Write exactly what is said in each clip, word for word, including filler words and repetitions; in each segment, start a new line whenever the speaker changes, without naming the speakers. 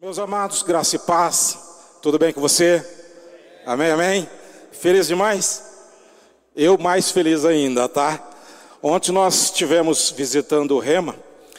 Meus amados, graça e paz, tudo bem com você? Amém, amém? Feliz demais? Eu mais feliz ainda, tá? Ontem nós estivemos visitando o Rema,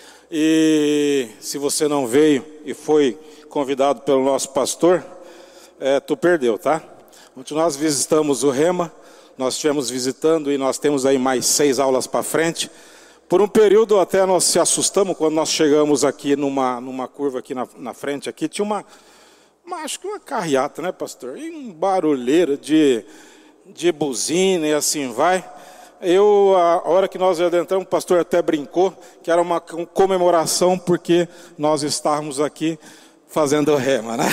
e se você não veio e foi convidado pelo nosso pastor, é, tu perdeu, tá? Ontem nós visitamos o Rema, nós estivemos visitando e nós temos aí mais seis aulas para frente. Por um período até nós se assustamos quando nós chegamos aqui numa, numa curva aqui na, na frente, aqui tinha uma, uma, acho que uma carreata, né, pastor? E um barulheiro de, de buzina e assim vai. Eu, a hora que nós adentramos, o pastor até brincou que era uma comemoração porque nós estávamos aqui fazendo rema, né?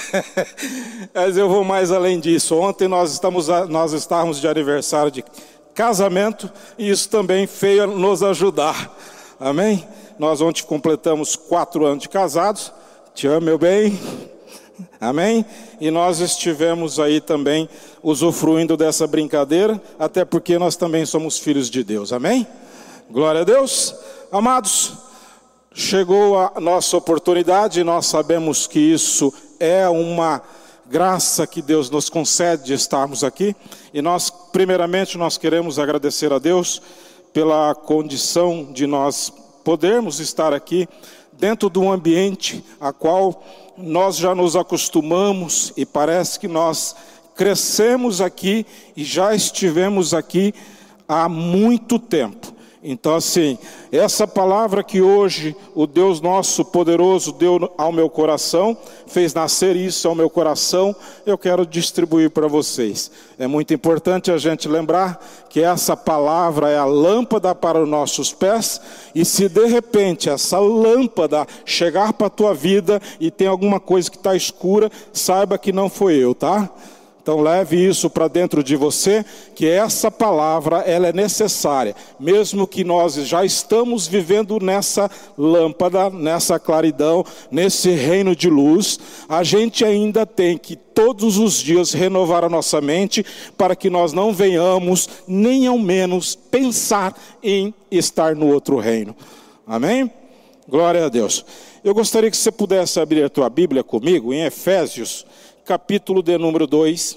Mas eu vou mais além disso. Ontem nós, estamos, nós estávamos de aniversário de casamento, e isso também veio nos ajudar, amém? Nós ontem completamos quatro anos de casados, te amo, meu bem, amém? E nós estivemos aí também usufruindo dessa brincadeira, até porque nós também somos filhos de Deus, amém? Glória a Deus. Amados, chegou a nossa oportunidade, e nós sabemos que isso é uma graça que Deus nos concede de estarmos aqui, e nós, primeiramente, nós queremos agradecer a Deus pela condição de nós podermos estar aqui dentro de um ambiente a qual nós já nos acostumamos, e parece que nós crescemos aqui e já estivemos aqui há muito tempo. Então, assim, essa palavra que hoje o Deus nosso poderoso deu ao meu coração, fez nascer isso ao meu coração, eu quero distribuir para vocês. É muito importante a gente lembrar que essa palavra é a lâmpada para os nossos pés, e se de repente essa lâmpada chegar para a tua vida e tem alguma coisa que está escura, saiba que não foi eu, tá? Então leve isso para dentro de você, que essa palavra ela é necessária, mesmo que nós já estamos vivendo nessa lâmpada, nessa claridão, nesse reino de luz, a gente ainda tem que todos os dias renovar a nossa mente, para que nós não venhamos nem ao menos pensar em estar no outro reino, amém? Glória a Deus. Eu gostaria que você pudesse abrir a tua Bíblia comigo em Efésios, capítulo de número dois.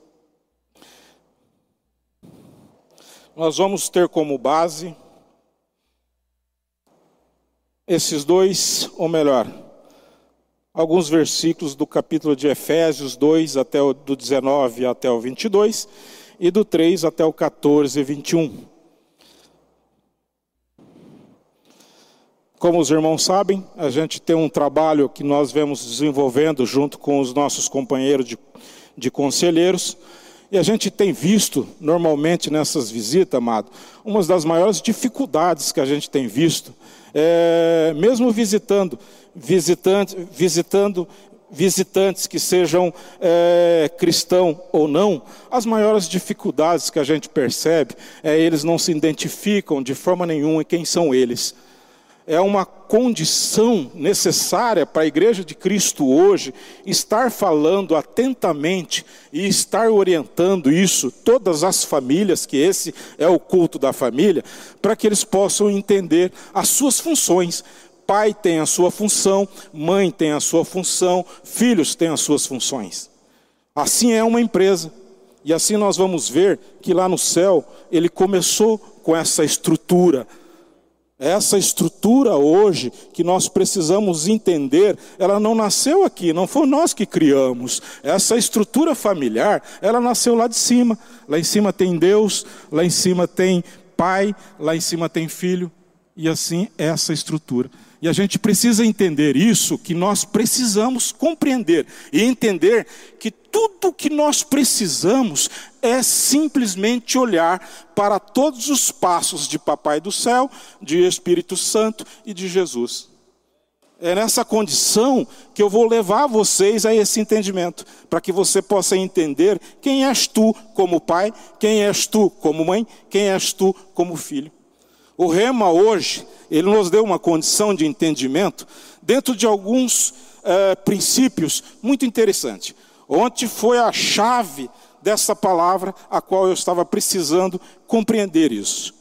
Nós vamos ter como base esses dois, ou melhor, alguns versículos do capítulo de Efésios dois, até o, do dezenove até o vinte e dois, e do três até o quatorze, vinte e um. Como os irmãos sabem, a gente tem um trabalho que nós vemos desenvolvendo junto com os nossos companheiros de, de conselheiros, e a gente tem visto, normalmente nessas visitas, amado, uma das maiores dificuldades que a gente tem visto, é, mesmo visitando, visitante, visitando visitantes que sejam é, cristãos ou não, as maiores dificuldades que a gente percebe é eles não se identificam de forma nenhuma em quem são eles. É uma condição necessária para a Igreja de Cristo hoje estar falando atentamente e estar orientando isso, todas as famílias, que esse é o culto da família, para que eles possam entender as suas funções. Pai tem a sua função, mãe tem a sua função, filhos têm as suas funções. Assim é uma empresa. E assim nós vamos ver que lá no céu ele começou com essa estrutura. Essa estrutura hoje que nós precisamos entender, ela não nasceu aqui, não foi nós que criamos. Essa estrutura familiar, ela nasceu lá de cima. Lá em cima tem Deus, lá em cima tem pai, lá em cima tem filho. E assim é essa estrutura. E a gente precisa entender isso, que nós precisamos compreender. E entender que tudo que nós precisamos é simplesmente olhar para todos os passos de Papai do Céu, de Espírito Santo e de Jesus. É nessa condição que eu vou levar vocês a esse entendimento, para que você possa entender quem és tu como pai, quem és tu como mãe, quem és tu como filho. O Rema hoje, ele nos deu uma condição de entendimento dentro de alguns eh, princípios muito interessantes. Ontem foi a chave dessa palavra a qual eu estava precisando compreender isso.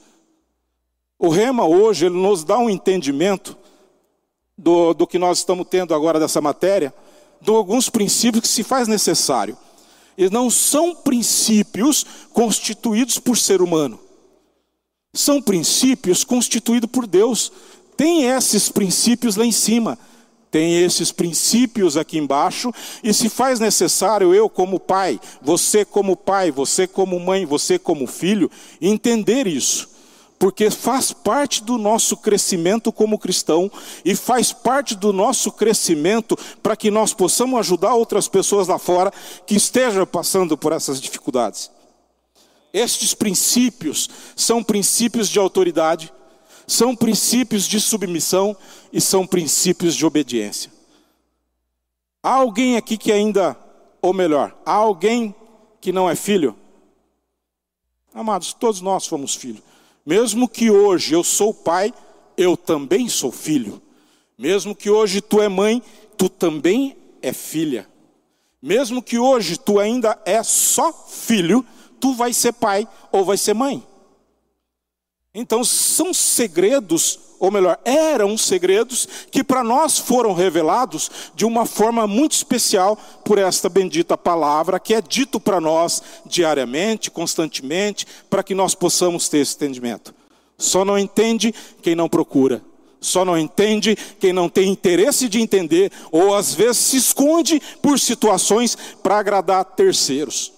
O Rema hoje, ele nos dá um entendimento do, do que nós estamos tendo agora dessa matéria, de alguns princípios que se faz necessário. E não são princípios constituídos por ser humano. São princípios constituídos por Deus. Tem esses princípios lá em cima. Tem esses princípios aqui embaixo. E se faz necessário, eu como pai, você como pai, você como mãe, você como filho, entender isso. Porque faz parte do nosso crescimento como cristão e faz parte do nosso crescimento para que nós possamos ajudar outras pessoas lá fora que estejam passando por essas dificuldades. Estes princípios são princípios de autoridade, são princípios de submissão e são princípios de obediência. Há alguém aqui que ainda, ou melhor, há alguém que não é filho? Amados, todos nós somos filhos. Mesmo que hoje eu sou pai, eu também sou filho. Mesmo que hoje tu é mãe, tu também é filha. Mesmo que hoje tu ainda é só filho, tu vai ser pai ou vai ser mãe. Então são segredos, ou melhor, eram segredos que para nós foram revelados de uma forma muito especial por esta bendita palavra que é dito para nós diariamente, constantemente, para que nós possamos ter esse entendimento. Só não entende quem não procura. Só não entende quem não tem interesse de entender, ou às vezes se esconde por situações para agradar terceiros.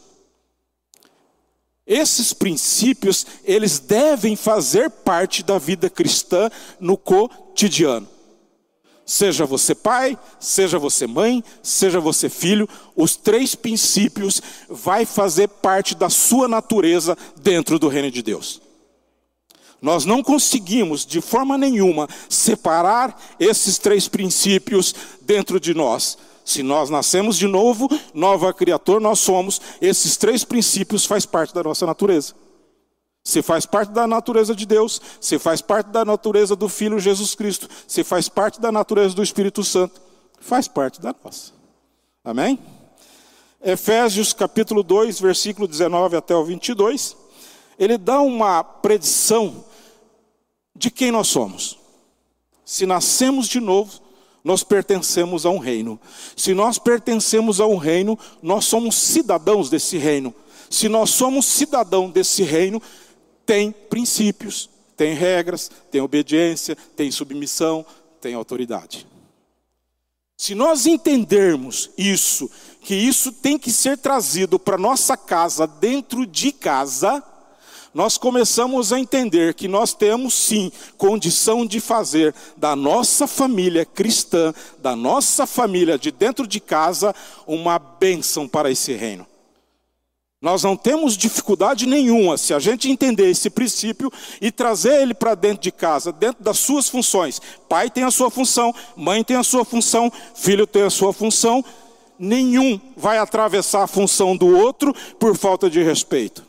Esses princípios, eles devem fazer parte da vida cristã no cotidiano. Seja você pai, seja você mãe, seja você filho, os três princípios vai fazer parte da sua natureza dentro do reino de Deus. Nós não conseguimos de forma nenhuma separar esses três princípios dentro de nós. Se nós nascemos de novo, nova criatura nós somos, esses três princípios faz parte da nossa natureza. Se faz parte da natureza de Deus, se faz parte da natureza do Filho Jesus Cristo, se faz parte da natureza do Espírito Santo, faz parte da nossa. Amém? Efésios capítulo dois, versículo dezenove até o vinte e dois, ele dá uma predição de quem nós somos. Se nascemos de novo, nós pertencemos a um reino. Se nós pertencemos a um reino, nós somos cidadãos desse reino. Se nós somos cidadãos desse reino, tem princípios, tem regras, tem obediência, tem submissão, tem autoridade. Se nós entendermos isso, que isso tem que ser trazido para nossa casa, dentro de casa, nós começamos a entender que nós temos sim condição de fazer da nossa família cristã, da nossa família de dentro de casa, uma bênção para esse reino. Nós não temos dificuldade nenhuma se a gente entender esse princípio e trazer ele para dentro de casa, dentro das suas funções. Pai tem a sua função, mãe tem a sua função, filho tem a sua função. Nenhum vai atravessar a função do outro por falta de respeito.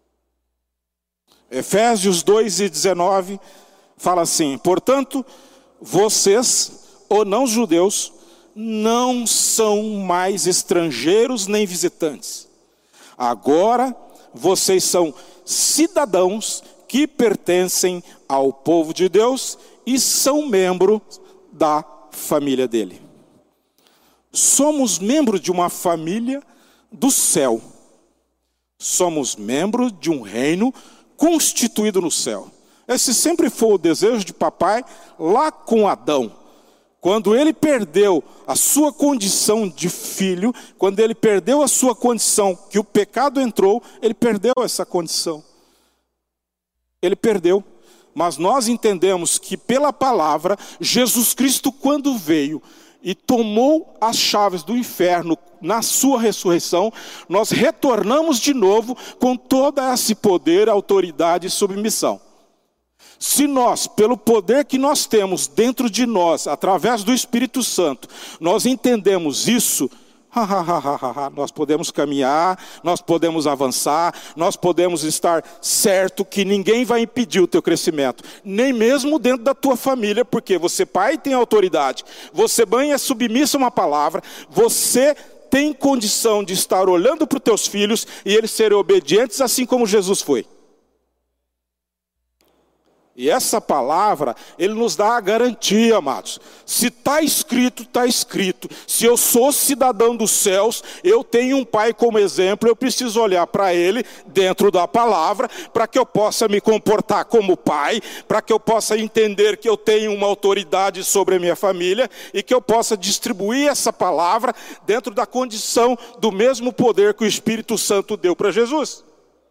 Efésios dois e dezenove fala assim: portanto, vocês, ou não judeus, não são mais estrangeiros nem visitantes. Agora, vocês são cidadãos que pertencem ao povo de Deus e são membros da família dele. Somos membros de uma família do céu. Somos membros de um reino constituído no céu. Esse sempre foi o desejo de papai lá com Adão. Quando ele perdeu a sua condição de filho, quando ele perdeu a sua condição, que o pecado entrou, ele perdeu essa condição. Ele perdeu. Mas nós entendemos que pela palavra, Jesus Cristo quando veio e tomou as chaves do inferno na sua ressurreição, nós retornamos de novo com todo esse poder, autoridade e submissão. Se nós, pelo poder que nós temos dentro de nós, através do Espírito Santo, nós entendemos isso, nós podemos caminhar, nós podemos avançar, nós podemos estar certo que ninguém vai impedir o teu crescimento, nem mesmo dentro da tua família, porque você pai tem autoridade, você mãe é submissa a uma palavra, você tem condição de estar olhando para os teus filhos e eles serem obedientes assim como Jesus foi. E essa palavra, ele nos dá a garantia, amados. Se está escrito, está escrito. Se eu sou cidadão dos céus, eu tenho um pai como exemplo, eu preciso olhar para ele dentro da palavra, para que eu possa me comportar como pai, para que eu possa entender que eu tenho uma autoridade sobre a minha família, e que eu possa distribuir essa palavra dentro da condição do mesmo poder que o Espírito Santo deu para Jesus.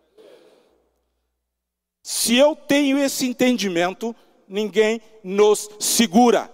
Se eu tenho esse entendimento, ninguém nos segura.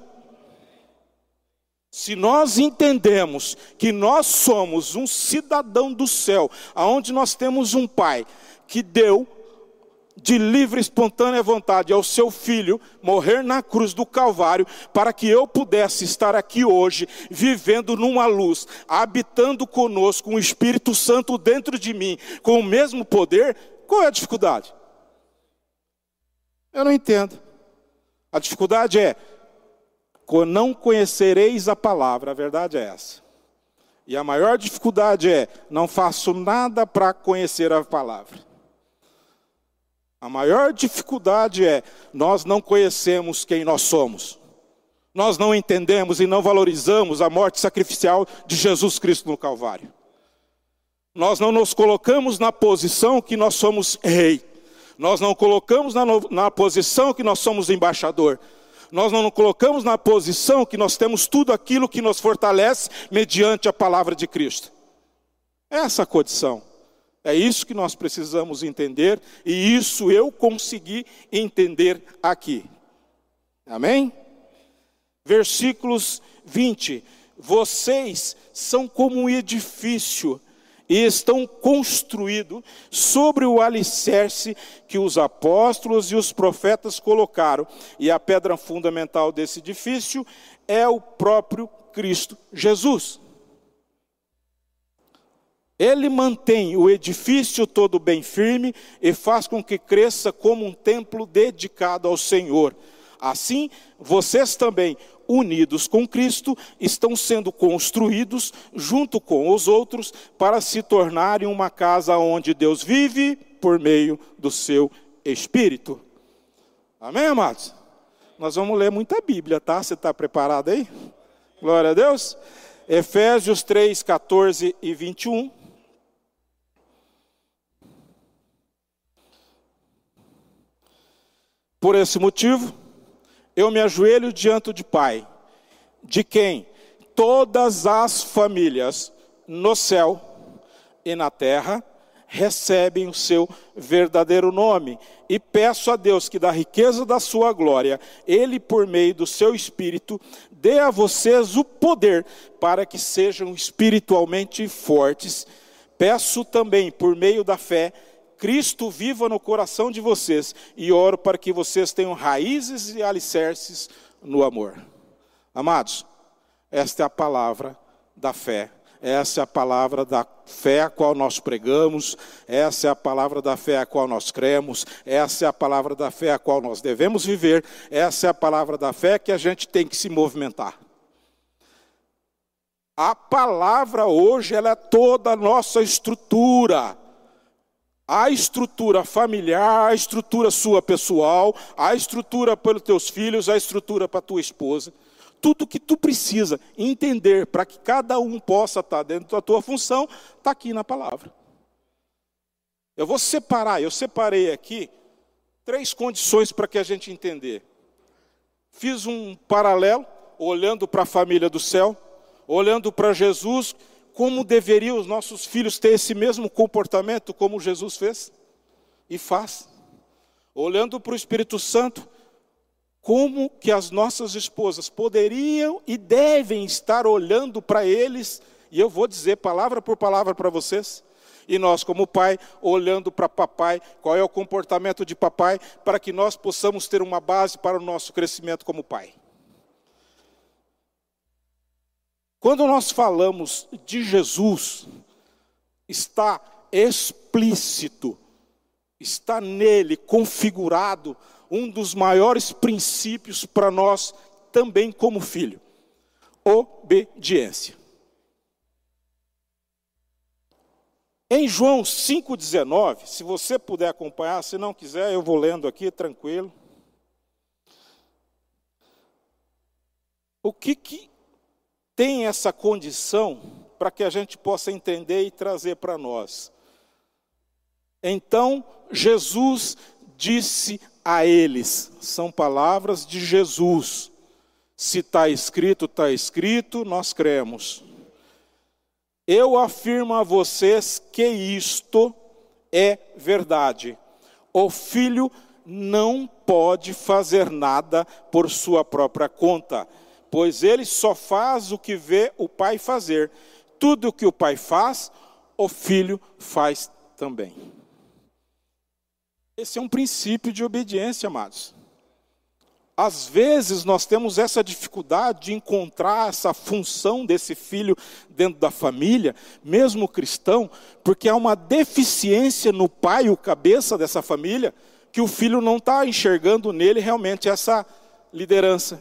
Se nós entendemos que nós somos um cidadão do céu, aonde nós temos um pai que deu de livre e espontânea vontade ao seu filho morrer na cruz do Calvário, para que eu pudesse estar aqui hoje, vivendo numa luz, habitando conosco, um Espírito Santo dentro de mim, com o mesmo poder, qual é a dificuldade? Eu não entendo. A dificuldade é, não conhecereis a palavra, a verdade é essa. E a maior dificuldade é, não faço nada para conhecer a palavra. A maior dificuldade é, nós não conhecemos quem nós somos. Nós não entendemos e não valorizamos a morte sacrificial de Jesus Cristo no Calvário. Nós não nos colocamos na posição que nós somos rei. Nós não colocamos na, na posição que nós somos embaixador. Nós não nos colocamos na posição que nós temos tudo aquilo que nos fortalece mediante a palavra de Cristo. Essa condição. É isso que nós precisamos entender, e isso eu consegui entender aqui. Amém? Versículos vinte. Vocês são como um edifício e estão construídos sobre o alicerce que os apóstolos e os profetas colocaram. E a pedra fundamental desse edifício é o próprio Cristo Jesus. Ele mantém o edifício todo bem firme e faz com que cresça como um templo dedicado ao Senhor. Assim, vocês também, unidos com Cristo, estão sendo construídos junto com os outros para se tornarem uma casa onde Deus vive por meio do seu Espírito. Amém, amados? Nós vamos ler muita Bíblia, tá? Você está preparado aí? Glória a Deus. Efésios três, quatorze e vinte e um. Por esse motivo, eu me ajoelho diante do Pai, de quem todas as famílias no céu e na terra recebem o seu verdadeiro nome. E peço a Deus que da riqueza da sua glória, Ele por meio do seu Espírito, dê a vocês o poder para que sejam espiritualmente fortes. Peço também por meio da fé, Cristo viva no coração de vocês, e oro para que vocês tenham raízes e alicerces no amor. Amados, esta é a palavra da fé. Essa é a palavra da fé a qual nós pregamos, essa é a palavra da fé a qual nós cremos, essa é a palavra da fé a qual nós devemos viver, essa é a palavra da fé que a gente tem que se movimentar. A palavra hoje, ela é toda a nossa estrutura. A estrutura familiar, a estrutura sua pessoal, a estrutura pelos teus filhos, a estrutura para a tua esposa. Tudo que tu precisa entender para que cada um possa estar dentro da tua função, está aqui na palavra. Eu vou separar, eu separei aqui três condições para que a gente entender. Fiz um paralelo, olhando para a família do céu, olhando para Jesus, como deveriam os nossos filhos ter esse mesmo comportamento como Jesus fez e faz. Olhando para o Espírito Santo, como que as nossas esposas poderiam e devem estar olhando para eles, e eu vou dizer palavra por palavra para vocês, e nós como pai, olhando para papai, qual é o comportamento de papai, para que nós possamos ter uma base para o nosso crescimento como pai. Quando nós falamos de Jesus, está explícito, está nele configurado um dos maiores princípios para nós também como filho: obediência. Em João cinco, dezenove, se você puder acompanhar, se não quiser eu vou lendo aqui, tranquilo. o que, que tem essa condição para que a gente possa entender e trazer para nós? Então Jesus disse a eles, são palavras de Jesus, se está escrito, está escrito, nós cremos. Eu afirmo a vocês que isto é verdade. O filho não pode fazer nada por sua própria conta, pois ele só faz o que vê o pai fazer. Tudo o que o pai faz, o filho faz também. Esse é um princípio de obediência, amados. Às vezes nós temos essa dificuldade de encontrar essa função desse filho dentro da família, mesmo cristão, porque há uma deficiência no pai, o cabeça dessa família, que o filho não está enxergando nele realmente essa liderança.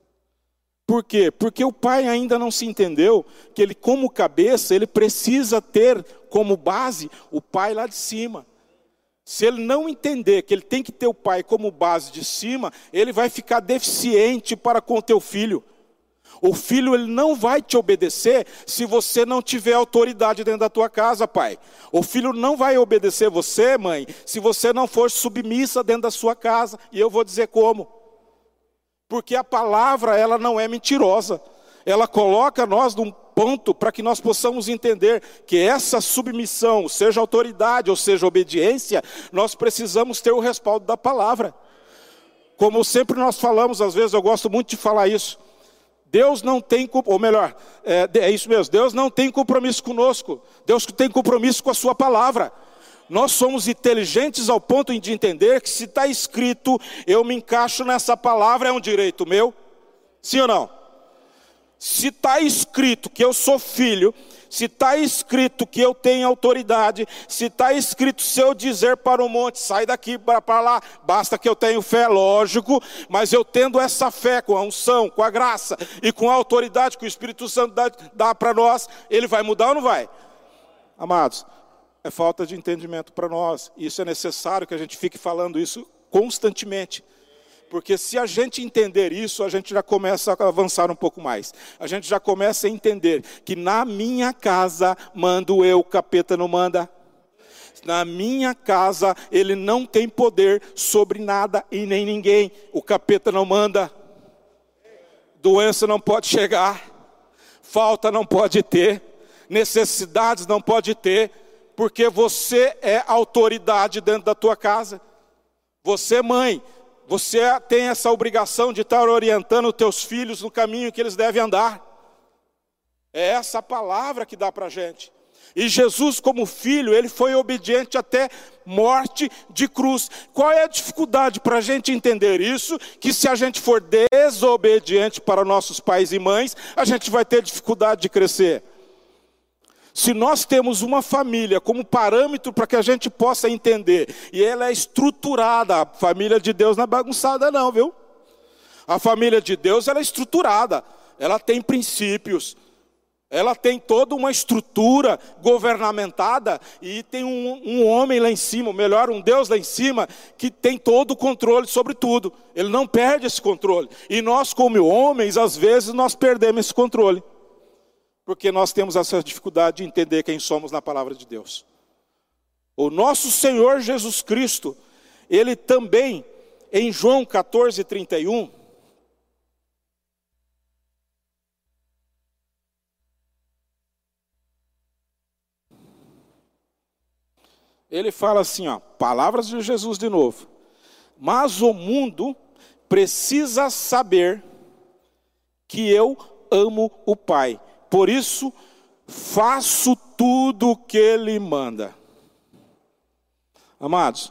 Por quê? Porque o pai ainda não se entendeu que ele, como cabeça, ele precisa ter como base o pai lá de cima. Se ele não entender que ele tem que ter o pai como base de cima, ele vai ficar deficiente para com o teu filho. O filho ele não vai te obedecer se você não tiver autoridade dentro da tua casa, pai. O filho não vai obedecer você, mãe, se você não for submissa dentro da sua casa. E eu vou dizer como. Porque a palavra ela não é mentirosa. Ela coloca nós num ponto para que nós possamos entender que essa submissão, seja autoridade ou seja obediência, nós precisamos ter o respaldo da palavra. Como sempre nós falamos, às vezes eu gosto muito de falar isso, Deus não tem, ou melhor, é, é isso mesmo, Deus não tem compromisso conosco, Deus tem compromisso com a sua palavra. Nós somos inteligentes ao ponto de entender que se está escrito, eu me encaixo nessa palavra, é um direito meu, sim ou não? Se está escrito que eu sou filho, se está escrito que eu tenho autoridade, se está escrito se eu dizer para o monte, sai daqui para lá, basta que eu tenha fé, lógico, mas eu tendo essa fé com a unção, com a graça e com a autoridade que o Espírito Santo dá, dá para nós, ele vai mudar ou não vai? Amados, é falta de entendimento para nós, isso é necessário que a gente fique falando isso constantemente. Porque se a gente entender isso, a gente já começa a avançar um pouco mais. A gente já começa a entender que na minha casa mando eu, o capeta não manda. Na minha casa ele não tem poder sobre nada e nem ninguém. O capeta não manda. Doença não pode chegar. Falta não pode ter. Necessidades não pode ter. Porque você é autoridade dentro da tua casa. Você, mãe, você tem essa obrigação de estar orientando os teus filhos no caminho que eles devem andar. É essa palavra que dá para a gente. E Jesus, como filho, ele foi obediente até morte de cruz. Qual é a dificuldade para a gente entender isso? Que se a gente for desobediente para nossos pais e mães, a gente vai ter dificuldade de crescer. Se nós temos uma família como parâmetro para que a gente possa entender, e ela é estruturada, a família de Deus não é bagunçada não, viu? A família de Deus ela é estruturada, ela tem princípios, ela tem toda uma estrutura governamentada, e tem um, um homem lá em cima, ou melhor, um Deus lá em cima, que tem todo o controle sobre tudo, ele não perde esse controle, e nós como homens, às vezes nós perdemos esse controle. Porque nós temos essa dificuldade de entender quem somos na palavra de Deus. O nosso Senhor Jesus Cristo, ele também, em João quatorze, trinta e um, ele fala assim, ó, palavras de Jesus de novo. Mas o mundo precisa saber que eu amo o Pai. Por isso, faço tudo o que Ele manda. Amados,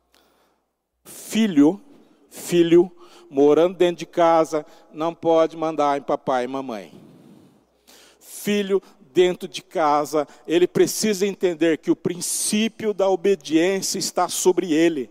filho, filho, morando dentro de casa, não pode mandar em papai e mamãe. Filho, dentro de casa, ele precisa entender que o princípio da obediência está sobre ele.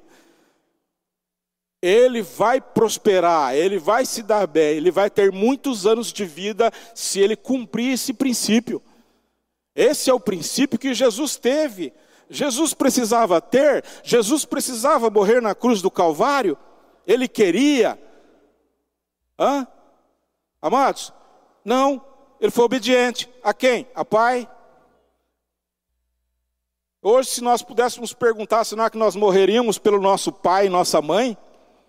Ele vai prosperar, ele vai se dar bem, ele vai ter muitos anos de vida se ele cumprir esse princípio. Esse é o princípio que Jesus teve. Jesus precisava ter, Jesus precisava morrer na cruz do Calvário, ele queria. Hã? Amados, não, ele foi obediente. A quem? A pai. Hoje, se nós pudéssemos perguntar, será que nós morreríamos pelo nosso pai e nossa mãe?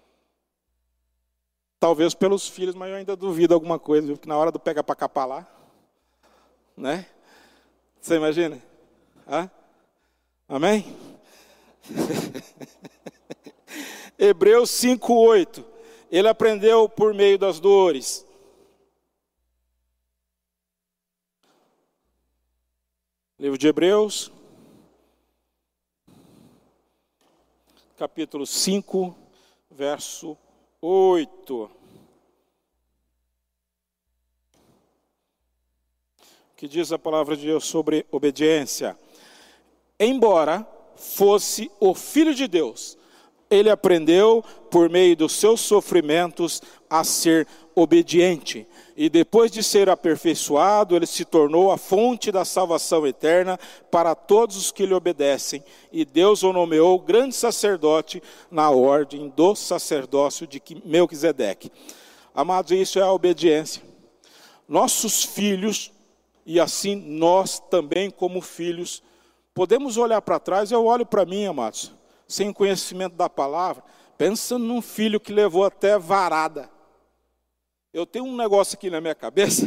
Talvez pelos filhos, mas eu ainda duvido alguma coisa, porque na hora do pega para capar lá, né? Você imagina? Hã? Amém? Hebreus cinco, oito. Ele aprendeu por meio das dores. Livro de Hebreus, capítulo cinco, verso oito. Que diz a palavra de Deus sobre obediência. Embora fosse o Filho de Deus, ele aprendeu por meio dos seus sofrimentos a ser obediente. E depois de ser aperfeiçoado, ele se tornou a fonte da salvação eterna para todos os que lhe obedecem. E Deus o nomeou grande sacerdote na ordem do sacerdócio de Melquisedeque. Amados, isso é a obediência. Nossos filhos, e assim nós também como filhos, podemos olhar para trás. Eu olho para mim, amados, sem conhecimento da palavra, pensando num filho que levou até varada. Eu tenho um negócio aqui na minha cabeça,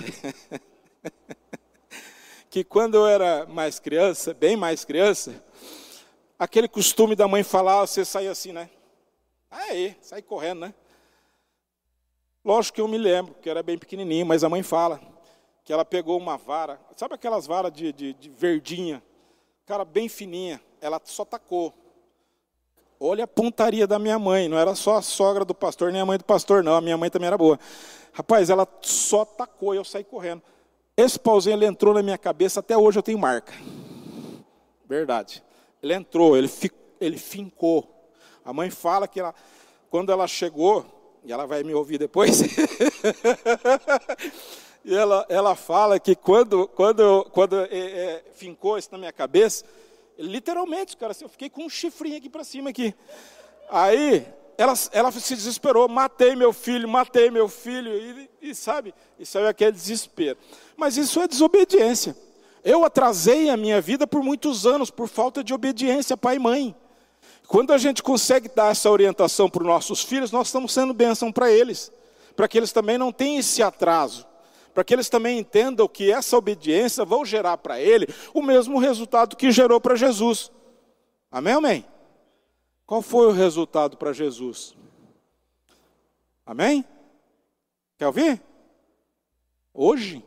que quando eu era mais criança, bem mais criança, aquele costume da mãe falar, você saía assim, né? Aí, sai correndo, né? Lógico que eu me lembro, que era bem pequenininho, mas a mãe fala que ela pegou uma vara, sabe aquelas varas de, de, de verdinha, cara, bem fininha, ela só tacou. Olha a pontaria da minha mãe, não era só a sogra do pastor, nem a mãe do pastor, não, a minha mãe também era boa. Rapaz, ela só tacou e eu saí correndo. Esse pauzinho, ele entrou na minha cabeça, até hoje eu tenho marca. Verdade. Ele entrou, ele, fi, ele fincou. A mãe fala que ela, quando ela chegou, e ela vai me ouvir depois, e ela, ela fala que quando, quando, quando é, é, fincou isso na minha cabeça, literalmente, cara, assim, eu fiquei com um chifrinho aqui para cima aqui. Aí ela, ela se desesperou, matei meu filho, matei meu filho, e, e sabe, isso é aquele desespero. Mas isso é desobediência. Eu atrasei a minha vida por muitos anos, por falta de obediência, pai e mãe. Quando a gente consegue dar essa orientação para os nossos filhos, nós estamos sendo bênção para eles, para que eles também não tenham esse atraso, para que eles também entendam que essa obediência vai gerar para ele o mesmo resultado que gerou para Jesus. Amém, amém? Qual foi o resultado para Jesus? Amém? Quer ouvir? Hoje,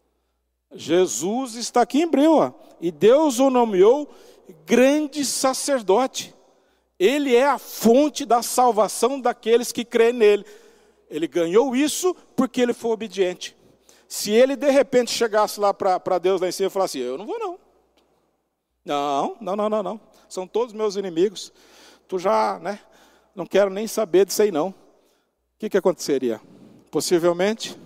Jesus está aqui em Hebreu, ó, e Deus o nomeou grande sacerdote. Ele é a fonte da salvação daqueles que creem nele. Ele ganhou isso porque ele foi obediente. Se ele de repente chegasse lá para Deus lá em cima e falasse, eu não vou não. Não, não, não, não, não. São todos meus inimigos. Tu já, né, não quero nem saber disso aí não. O que que aconteceria? Possivelmente,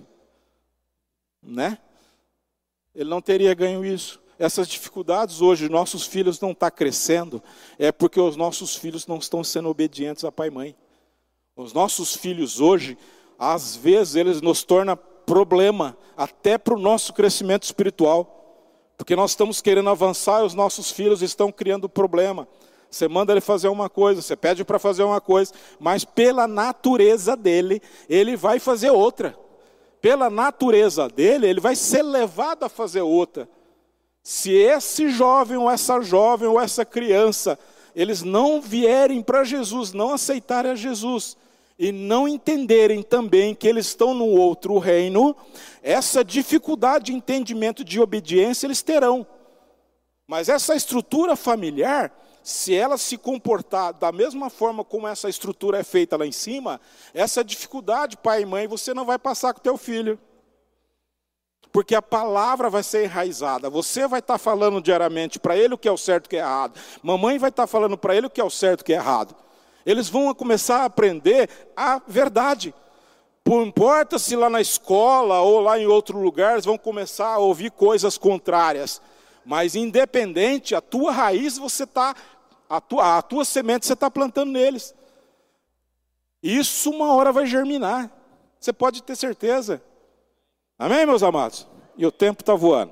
né, ele não teria ganho isso. Essas dificuldades hoje, nossos filhos não estão crescendo, é porque os nossos filhos não estão sendo obedientes a pai e mãe. Os nossos filhos hoje, às vezes, eles nos tornam problema, até para o nosso crescimento espiritual. Porque nós estamos querendo avançar e os nossos filhos estão criando problema. Você manda ele fazer uma coisa, você pede para fazer uma coisa, mas pela natureza dele, ele vai fazer outra. Pela natureza dele, ele vai ser levado a fazer outra. Se esse jovem ou essa jovem ou essa criança, eles não vierem para Jesus, não aceitarem a Jesus, e não entenderem também que eles estão no outro reino, essa dificuldade de entendimento de obediência eles terão. Mas essa estrutura familiar, se ela se comportar da mesma forma como essa estrutura é feita lá em cima, essa dificuldade, pai e mãe, você não vai passar com o teu filho. Porque a palavra vai ser enraizada. Você vai estar falando diariamente para ele o que é o certo e o que é errado. Mamãe vai estar falando para ele o que é o certo e o que é errado. Eles vão começar a aprender a verdade. Não importa se lá na escola ou lá em outro lugar, eles vão começar a ouvir coisas contrárias. Mas independente, a tua raiz, você está, a tua, a tua semente você está plantando neles. Isso uma hora vai germinar. Você pode ter certeza. Amém, meus amados? E o tempo está voando.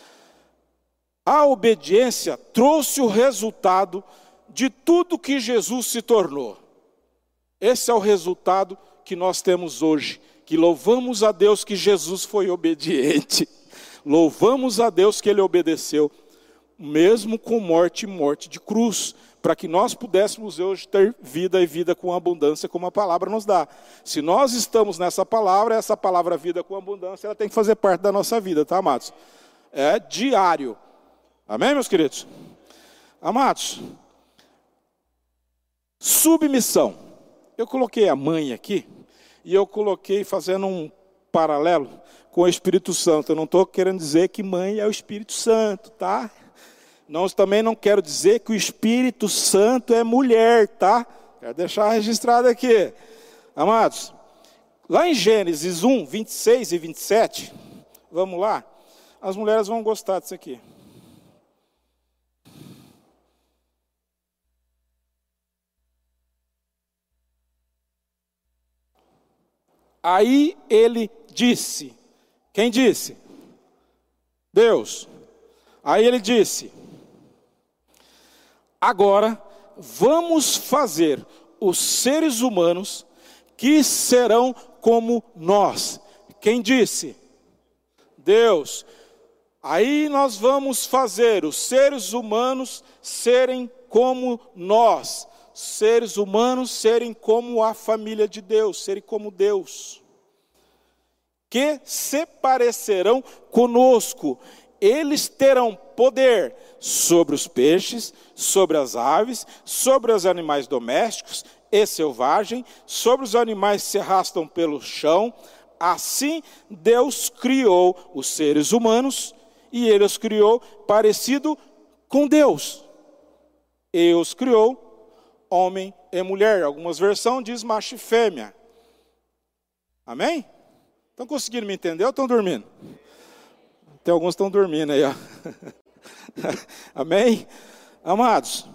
A obediência trouxe o resultado de tudo que Jesus se tornou. Esse é o resultado que nós temos hoje, que louvamos a Deus que Jesus foi obediente. Louvamos a Deus que Ele obedeceu, mesmo com morte e morte de cruz, para que nós pudéssemos hoje ter vida e vida com abundância, como a palavra nos dá. Se nós estamos nessa palavra, essa palavra vida com abundância, ela tem que fazer parte da nossa vida, tá, amados? É diário. Amém, meus queridos? Amados, submissão. Eu coloquei a mãe aqui, e eu coloquei fazendo um paralelo com o Espírito Santo. Eu não estou querendo dizer que mãe é o Espírito Santo, tá? Não, também não quero dizer que o Espírito Santo é mulher, tá? Quero deixar registrado aqui. Amados, lá em Gênesis um, vinte e seis e vinte e sete, vamos lá, as mulheres vão gostar disso aqui. Aí ele disse, quem disse? Deus. Aí ele disse, agora vamos fazer os seres humanos que serão como nós. Quem disse? Deus. Aí nós vamos fazer os seres humanos serem como nós. Seres humanos serem como a família de Deus, serem como Deus. Que se parecerão conosco. Eles terão poder sobre os peixes, sobre as aves, sobre os animais domésticos e selvagens, sobre os animais que se arrastam pelo chão. Assim Deus criou os seres humanos e Ele os criou parecido com Deus. Ele os criou homem e mulher. Algumas versões diz macho e fêmea. Amém? Estão conseguindo me entender ou estão dormindo? Tem alguns que estão dormindo aí, ó. Amém? Amados,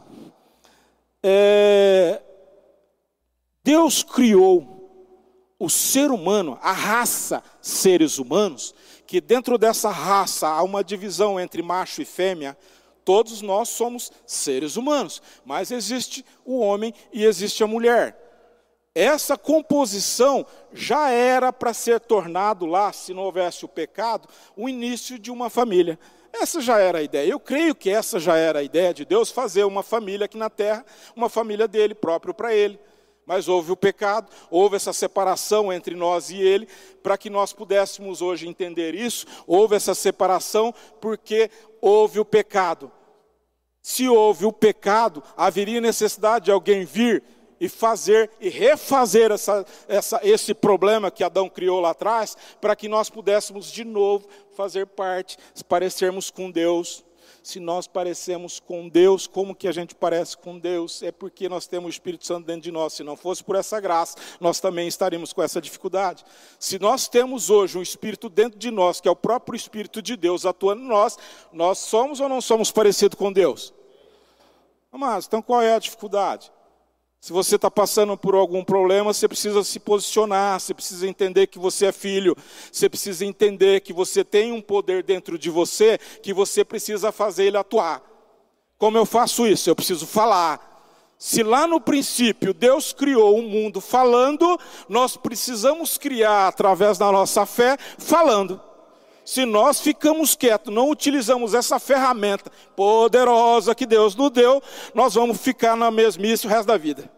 é, Deus criou o ser humano, a raça seres humanos, que dentro dessa raça há uma divisão entre macho e fêmea. Todos nós somos seres humanos, mas existe o homem e existe a mulher. Essa composição já era para ser tornado lá, se não houvesse o pecado, o início de uma família. Essa já era a ideia. Eu creio que essa já era a ideia de Deus, fazer uma família aqui na terra, uma família dele, próprio para ele. Mas houve o pecado, houve essa separação entre nós e ele, para que nós pudéssemos hoje entender isso. Houve essa separação porque houve o pecado. Se houve o pecado, haveria necessidade de alguém vir e fazer e refazer essa, essa, esse problema que Adão criou lá atrás, para que nós pudéssemos de novo fazer parte, parecermos com Deus. Se nós parecemos com Deus, como que a gente parece com Deus? É porque nós temos o Espírito Santo dentro de nós. Se não fosse por essa graça, nós também estaríamos com essa dificuldade. Se nós temos hoje um Espírito dentro de nós, que é o próprio Espírito de Deus atuando em nós, nós somos ou não somos parecidos com Deus? Mas, então qual é a dificuldade? Se você está passando por algum problema, você precisa se posicionar, você precisa entender que você é filho, você precisa entender que você tem um poder dentro de você, que você precisa fazer ele atuar. Como eu faço isso? Eu preciso falar. Se lá no princípio Deus criou o mundo falando, nós precisamos criar através da nossa fé falando. Se nós ficamos quietos, não utilizamos essa ferramenta poderosa que Deus nos deu, nós vamos ficar na mesmice o resto da vida.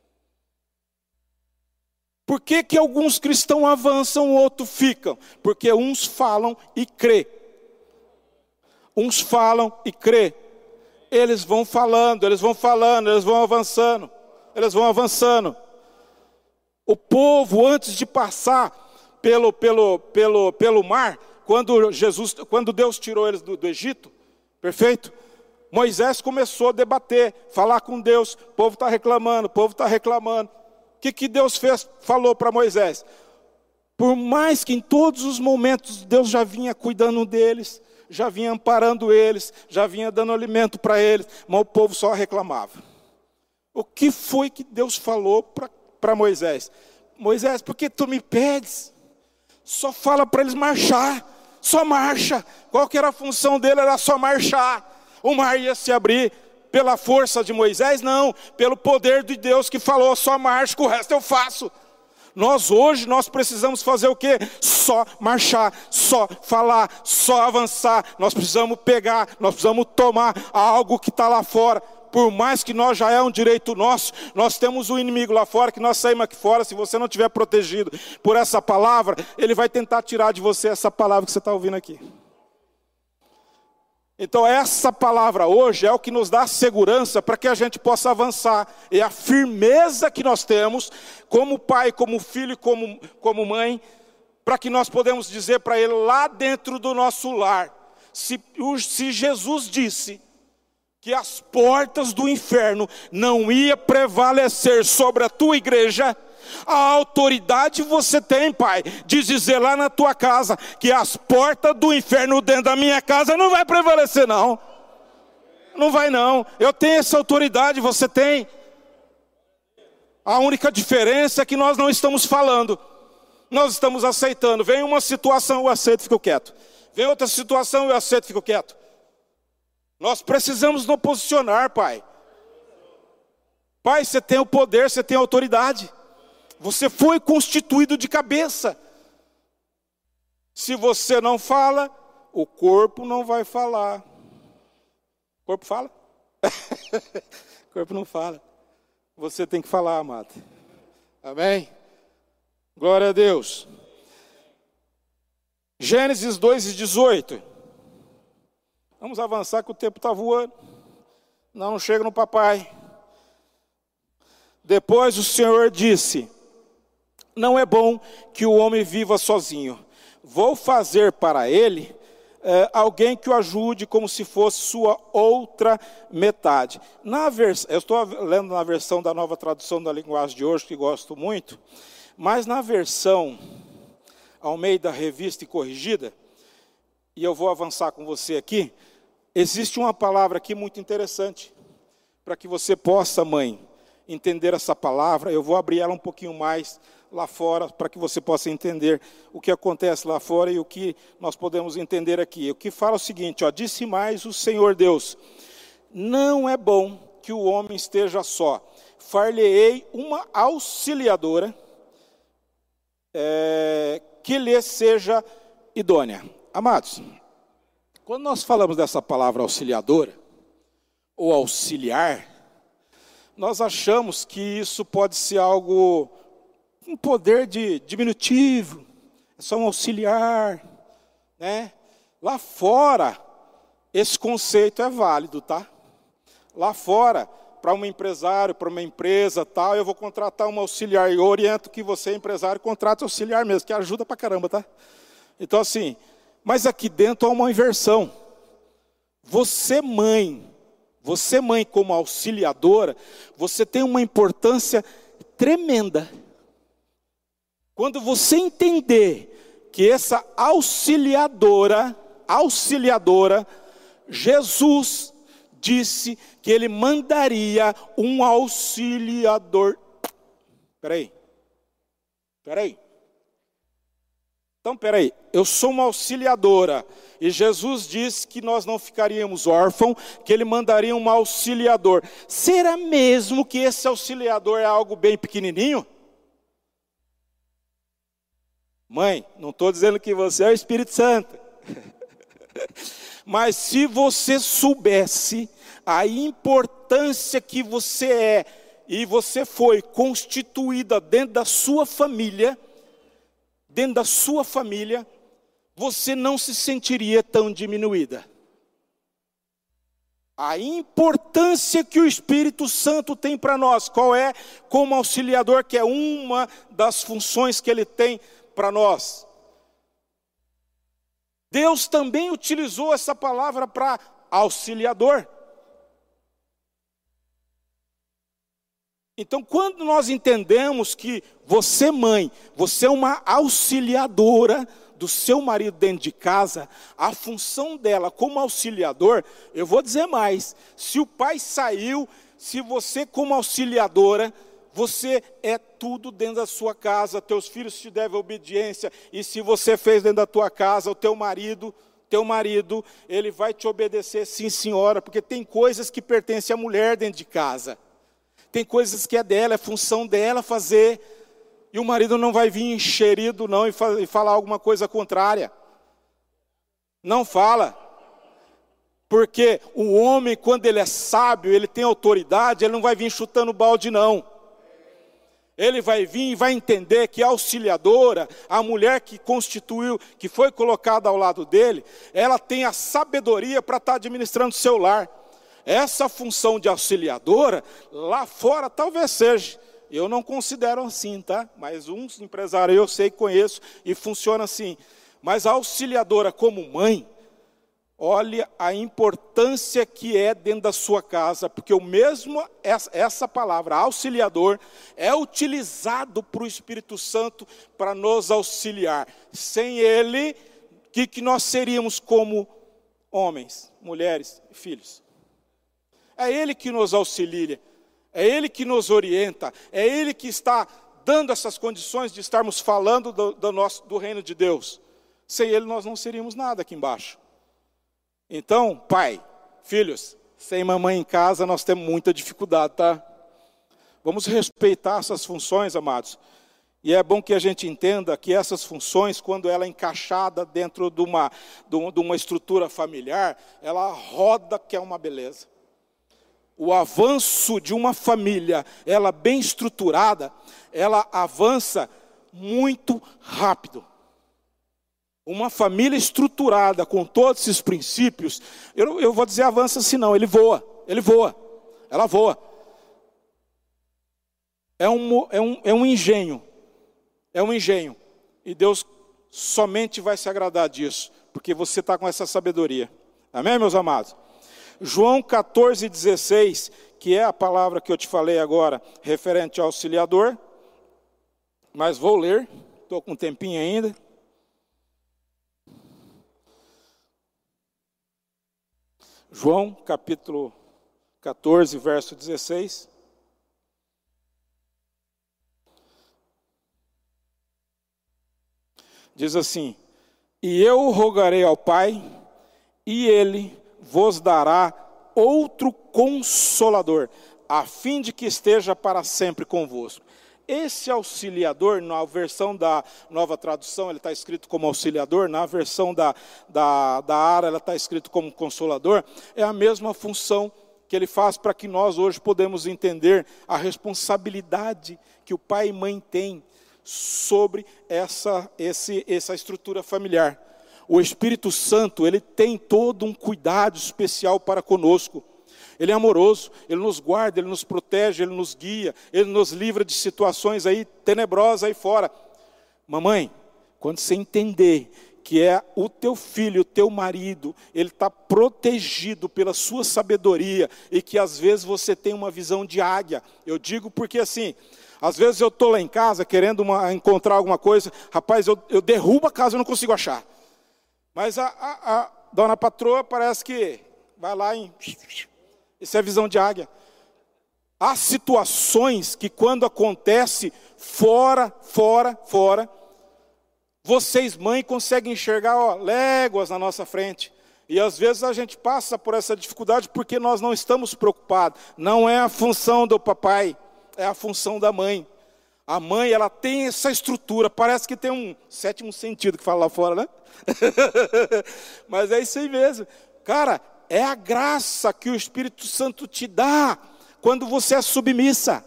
Por que que alguns cristãos avançam, outros ficam? Porque uns falam e crê. Uns falam e crê. Eles vão falando, eles vão falando, eles vão avançando. Eles vão avançando. O povo, antes de passar pelo, pelo, pelo, pelo mar, Quando, Jesus, quando Deus tirou eles do, do Egito, perfeito? Moisés começou a debater, falar com Deus, o povo está reclamando, o povo está reclamando. O que, que Deus fez? Falou para Moisés. Por mais que em todos os momentos Deus já vinha cuidando deles, já vinha amparando eles, já vinha dando alimento para eles, mas o povo só reclamava. O que foi que Deus falou para Moisés? Moisés, por que tu me pedes? só fala para eles marchar, só marcha. Qual que era a função dele? Era só marchar. O mar ia se abrir pela força de Moisés? Não, pelo poder de Deus que falou, só marcha, que o resto eu faço. Nós hoje, nós precisamos fazer o quê? Só marchar, só falar, só avançar. Nós precisamos pegar, nós precisamos tomar algo que está lá fora. Por mais que nós já é um direito nosso, nós temos um inimigo lá fora, que nós saímos aqui fora. Se você não estiver protegido por essa palavra, ele vai tentar tirar de você essa palavra que você está ouvindo aqui. Então essa palavra hoje é o que nos dá segurança para que a gente possa avançar. É a firmeza que nós temos, como pai, como filho, como, como mãe, para que nós podemos dizer para ele lá dentro do nosso lar. Se, se Jesus disse que as portas do inferno não iam prevalecer sobre a tua igreja, a autoridade você tem, pai, de dizer lá na tua casa que as portas do inferno dentro da minha casa não vai prevalecer não. Não vai não. Eu tenho essa autoridade, você tem. A única diferença é que nós não estamos falando. Nós estamos aceitando. Vem uma situação, eu aceito e fico quieto. Vem outra situação, eu aceito e fico quieto. Nós precisamos nos posicionar, pai. Pai, você tem o poder, você tem a autoridade. Você foi constituído de cabeça. Se você não fala, o corpo não vai falar. O corpo fala? O corpo não fala. Você tem que falar, amado. Amém? Glória a Deus. Gênesis dois e dezoito. Vamos avançar que o tempo está voando. Não, não chega no papai. Depois o Senhor disse: não é bom que o homem viva sozinho. Vou fazer para ele é, alguém que o ajude como se fosse sua outra metade. Na vers... Eu estou lendo na versão da Nova Tradução da Linguagem de hoje, que gosto muito. Mas na versão Almeida Revista e Corrigida, e eu vou avançar com você aqui, existe uma palavra aqui muito interessante, para que você possa, mãe, entender essa palavra. Eu vou abrir ela um pouquinho mais lá fora, para que você possa entender o que acontece lá fora e o que nós podemos entender aqui. O que fala o seguinte, ó, disse mais o Senhor Deus: não é bom que o homem esteja só, far-lhe-ei uma auxiliadora é, que lhe seja idônea. Amados, quando nós falamos dessa palavra auxiliadora, ou auxiliar, nós achamos que isso pode ser algo, um poder de diminutivo, é só um auxiliar, né? Lá fora, esse conceito é válido, tá? Lá fora, para um empresário, para uma empresa, tal, eu vou contratar um auxiliar, eu oriento que você, empresário, contrate auxiliar mesmo, que ajuda pra caramba, tá? Então assim, mas aqui dentro há uma inversão. Você mãe, você mãe como auxiliadora, você tem uma importância tremenda. Quando você entender que essa auxiliadora, auxiliadora, Jesus disse que ele mandaria um auxiliador. Peraí, peraí. Então, peraí, eu sou uma auxiliadora, e Jesus disse que nós não ficaríamos órfãos, que ele mandaria um auxiliador. Será mesmo que esse auxiliador é algo bem pequenininho? Mãe, não estou dizendo que você é o Espírito Santo. Mas se você soubesse a importância que você é, e você foi constituída dentro da sua família, dentro da sua família, você não se sentiria tão diminuída. A importância que o Espírito Santo tem para nós, qual é? Como auxiliador, que é uma das funções que ele tem para nós. Deus também utilizou essa palavra para auxiliador. Então, quando nós entendemos que você, mãe, você é uma auxiliadora do seu marido dentro de casa, a função dela como auxiliador, eu vou dizer mais, se o pai saiu, se você como auxiliadora, você é tudo dentro da sua casa, teus filhos te devem obediência, e se você fez dentro da tua casa, o teu marido, teu marido, ele vai te obedecer, sim senhora, porque tem coisas que pertencem à mulher dentro de casa, tem coisas que é dela, é função dela fazer, e o marido não vai vir encherido não, e, fa- e falar alguma coisa contrária, não fala, porque o homem, quando ele é sábio, ele tem autoridade, ele não vai vir chutando balde não, ele vai vir e vai entender que a auxiliadora, a mulher que constituiu, que foi colocada ao lado dele, ela tem a sabedoria para estar administrando o seu lar. Essa função de auxiliadora, lá fora talvez seja. Eu não considero assim, tá? Mas uns empresários eu sei, conheço e funciona assim. Mas a auxiliadora como mãe, olha a importância que é dentro da sua casa, porque o mesmo, essa palavra, auxiliador, é utilizado para o Espírito Santo para nos auxiliar. Sem ele, o que, que nós seríamos como homens, mulheres e filhos? É ele que nos auxilia, é ele que nos orienta, é ele que está dando essas condições de estarmos falando do, do, nosso, do reino de Deus. Sem ele nós não seríamos nada aqui embaixo. Então, pai, filhos, sem mamãe em casa nós temos muita dificuldade, tá? Vamos respeitar essas funções, amados. E é bom que a gente entenda que essas funções, quando ela é encaixada dentro de uma, de uma estrutura familiar, ela roda que é uma beleza. O avanço de uma família, ela bem estruturada, ela avança muito rápido. Uma família estruturada com todos esses princípios, eu, eu vou dizer avança assim não, ele voa, ele voa, ela voa. É um, é um, é um engenho, é um engenho. E Deus somente vai se agradar disso, porque você está com essa sabedoria. Amém, meus amados? João quatorze, dezesseis, que é a palavra que eu te falei agora, referente ao auxiliador, mas vou ler, estou com um tempinho ainda. João, capítulo quatorze, verso dezesseis. Diz assim: e eu rogarei ao Pai, e Ele vos dará outro Consolador, a fim de que esteja para sempre convosco. Esse auxiliador, na versão da Nova Tradução, ele está escrito como auxiliador, na versão da, da, da Ara, ela está escrito como consolador, é a mesma função que ele faz para que nós hoje podemos entender a responsabilidade que o pai e mãe têm sobre essa, esse, essa estrutura familiar. O Espírito Santo, ele tem todo um cuidado especial para conosco. Ele é amoroso, ele nos guarda, ele nos protege, ele nos guia, ele nos livra de situações aí tenebrosas aí fora. Mamãe, quando você entender que é o teu filho, o teu marido, ele está protegido pela sua sabedoria e que às vezes você tem uma visão de águia. Eu digo porque assim, às vezes eu estou lá em casa querendo uma, encontrar alguma coisa, rapaz, eu, eu derrubo a casa e não consigo achar. Mas a, a, a dona patroa parece que vai lá em... Isso é visão de águia. Há situações que quando acontece fora, fora, fora, vocês, mãe, conseguem enxergar ó, léguas na nossa frente. E às vezes a gente passa por essa dificuldade porque nós não estamos preocupados. Não é a função do papai, é a função da mãe. A mãe, ela tem essa estrutura, parece que tem um sétimo sentido que fala lá fora, né? Mas é isso aí mesmo. Cara, é a graça que o Espírito Santo te dá quando você é submissa.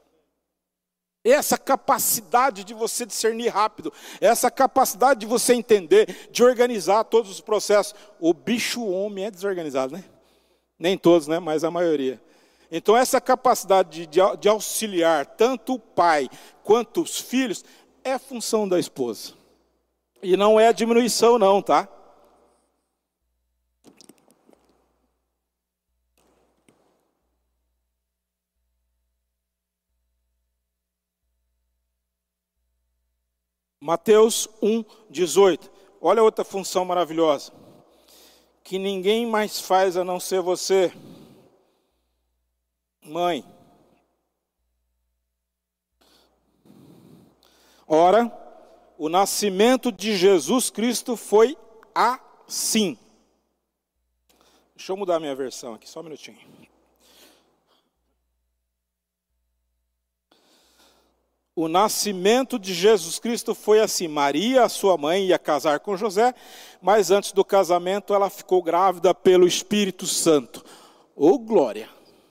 Essa capacidade de você discernir rápido, essa capacidade de você entender, de organizar todos os processos. O bicho homem é desorganizado, né? Nem todos, né? Mas a maioria. Então essa capacidade de, de, de auxiliar tanto o pai quanto os filhos é função da esposa. E não é diminuição não, tá? Mateus um, dezoito. Olha outra função maravilhosa. Que ninguém mais faz a não ser você, mãe. Ora, o nascimento de Jesus Cristo foi assim. Deixa eu mudar minha versão aqui, só um minutinho. O nascimento de Jesus Cristo foi assim. Maria, a sua mãe, ia casar com José, mas antes do casamento ela ficou grávida pelo Espírito Santo. Ô glória!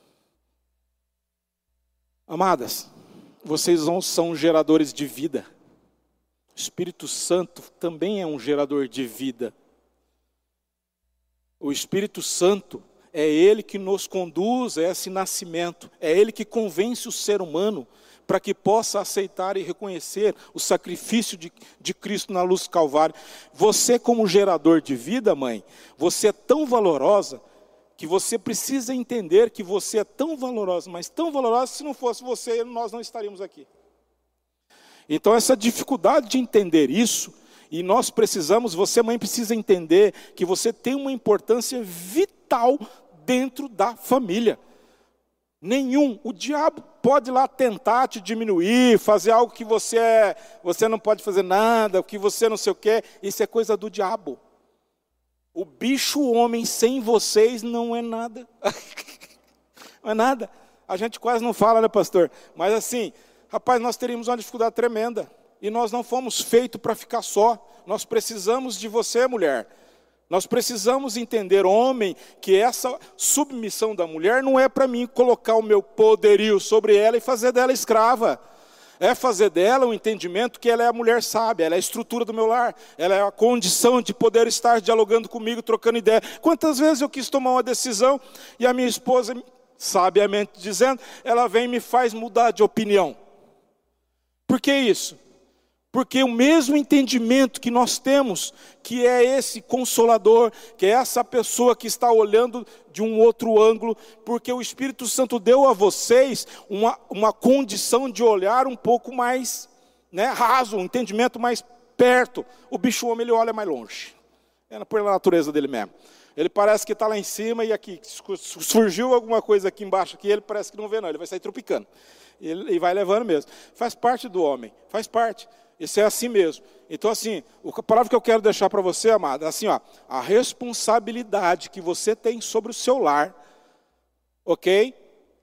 Amadas, vocês não são geradores de vida. O Espírito Santo também é um gerador de vida. O Espírito Santo é Ele que nos conduz a esse nascimento. É Ele que convence o ser humano para que possa aceitar e reconhecer o sacrifício de, de Cristo na luz do Calvário. Você, como gerador de vida, mãe, você é tão valorosa que você precisa entender que você é tão valorosa, mas tão valorosa que se não fosse você, nós não estaríamos aqui. Então essa dificuldade de entender isso, e nós precisamos, você mãe precisa entender que você tem uma importância vital dentro da família. Nenhum, o diabo pode lá tentar te diminuir, fazer algo que você, é, você não pode fazer nada, que você não sei o quê, isso é coisa do diabo. O bicho homem sem vocês não é nada. Não é nada. A gente quase não fala, né, pastor? Mas assim, rapaz, nós teríamos uma dificuldade tremenda. E nós não fomos feitos para ficar só. Nós precisamos de você, mulher. Nós precisamos entender, homem, que essa submissão da mulher não é para mim colocar o meu poderio sobre ela e fazer dela escrava. É fazer dela um entendimento que ela é a mulher sábia, ela é a estrutura do meu lar, ela é a condição de poder estar dialogando comigo, trocando ideia. Quantas vezes eu quis tomar uma decisão e a minha esposa, sabiamente dizendo, ela vem e me faz mudar de opinião. Por que isso? Porque o mesmo entendimento que nós temos, que é esse consolador, que é essa pessoa que está olhando de um outro ângulo, porque o Espírito Santo deu a vocês uma, uma condição de olhar um pouco mais, né, raso, um entendimento mais perto. O bicho homem, ele olha mais longe. É por natureza dele mesmo. Ele parece que está lá em cima e aqui, surgiu alguma coisa aqui embaixo, aqui, ele parece que não vê não, ele vai sair tropicando. E vai levando mesmo. Faz parte do homem, faz parte. Isso é assim mesmo. Então, assim, a palavra que eu quero deixar para você, amada, é assim, ó, a responsabilidade que você tem sobre o seu lar, ok?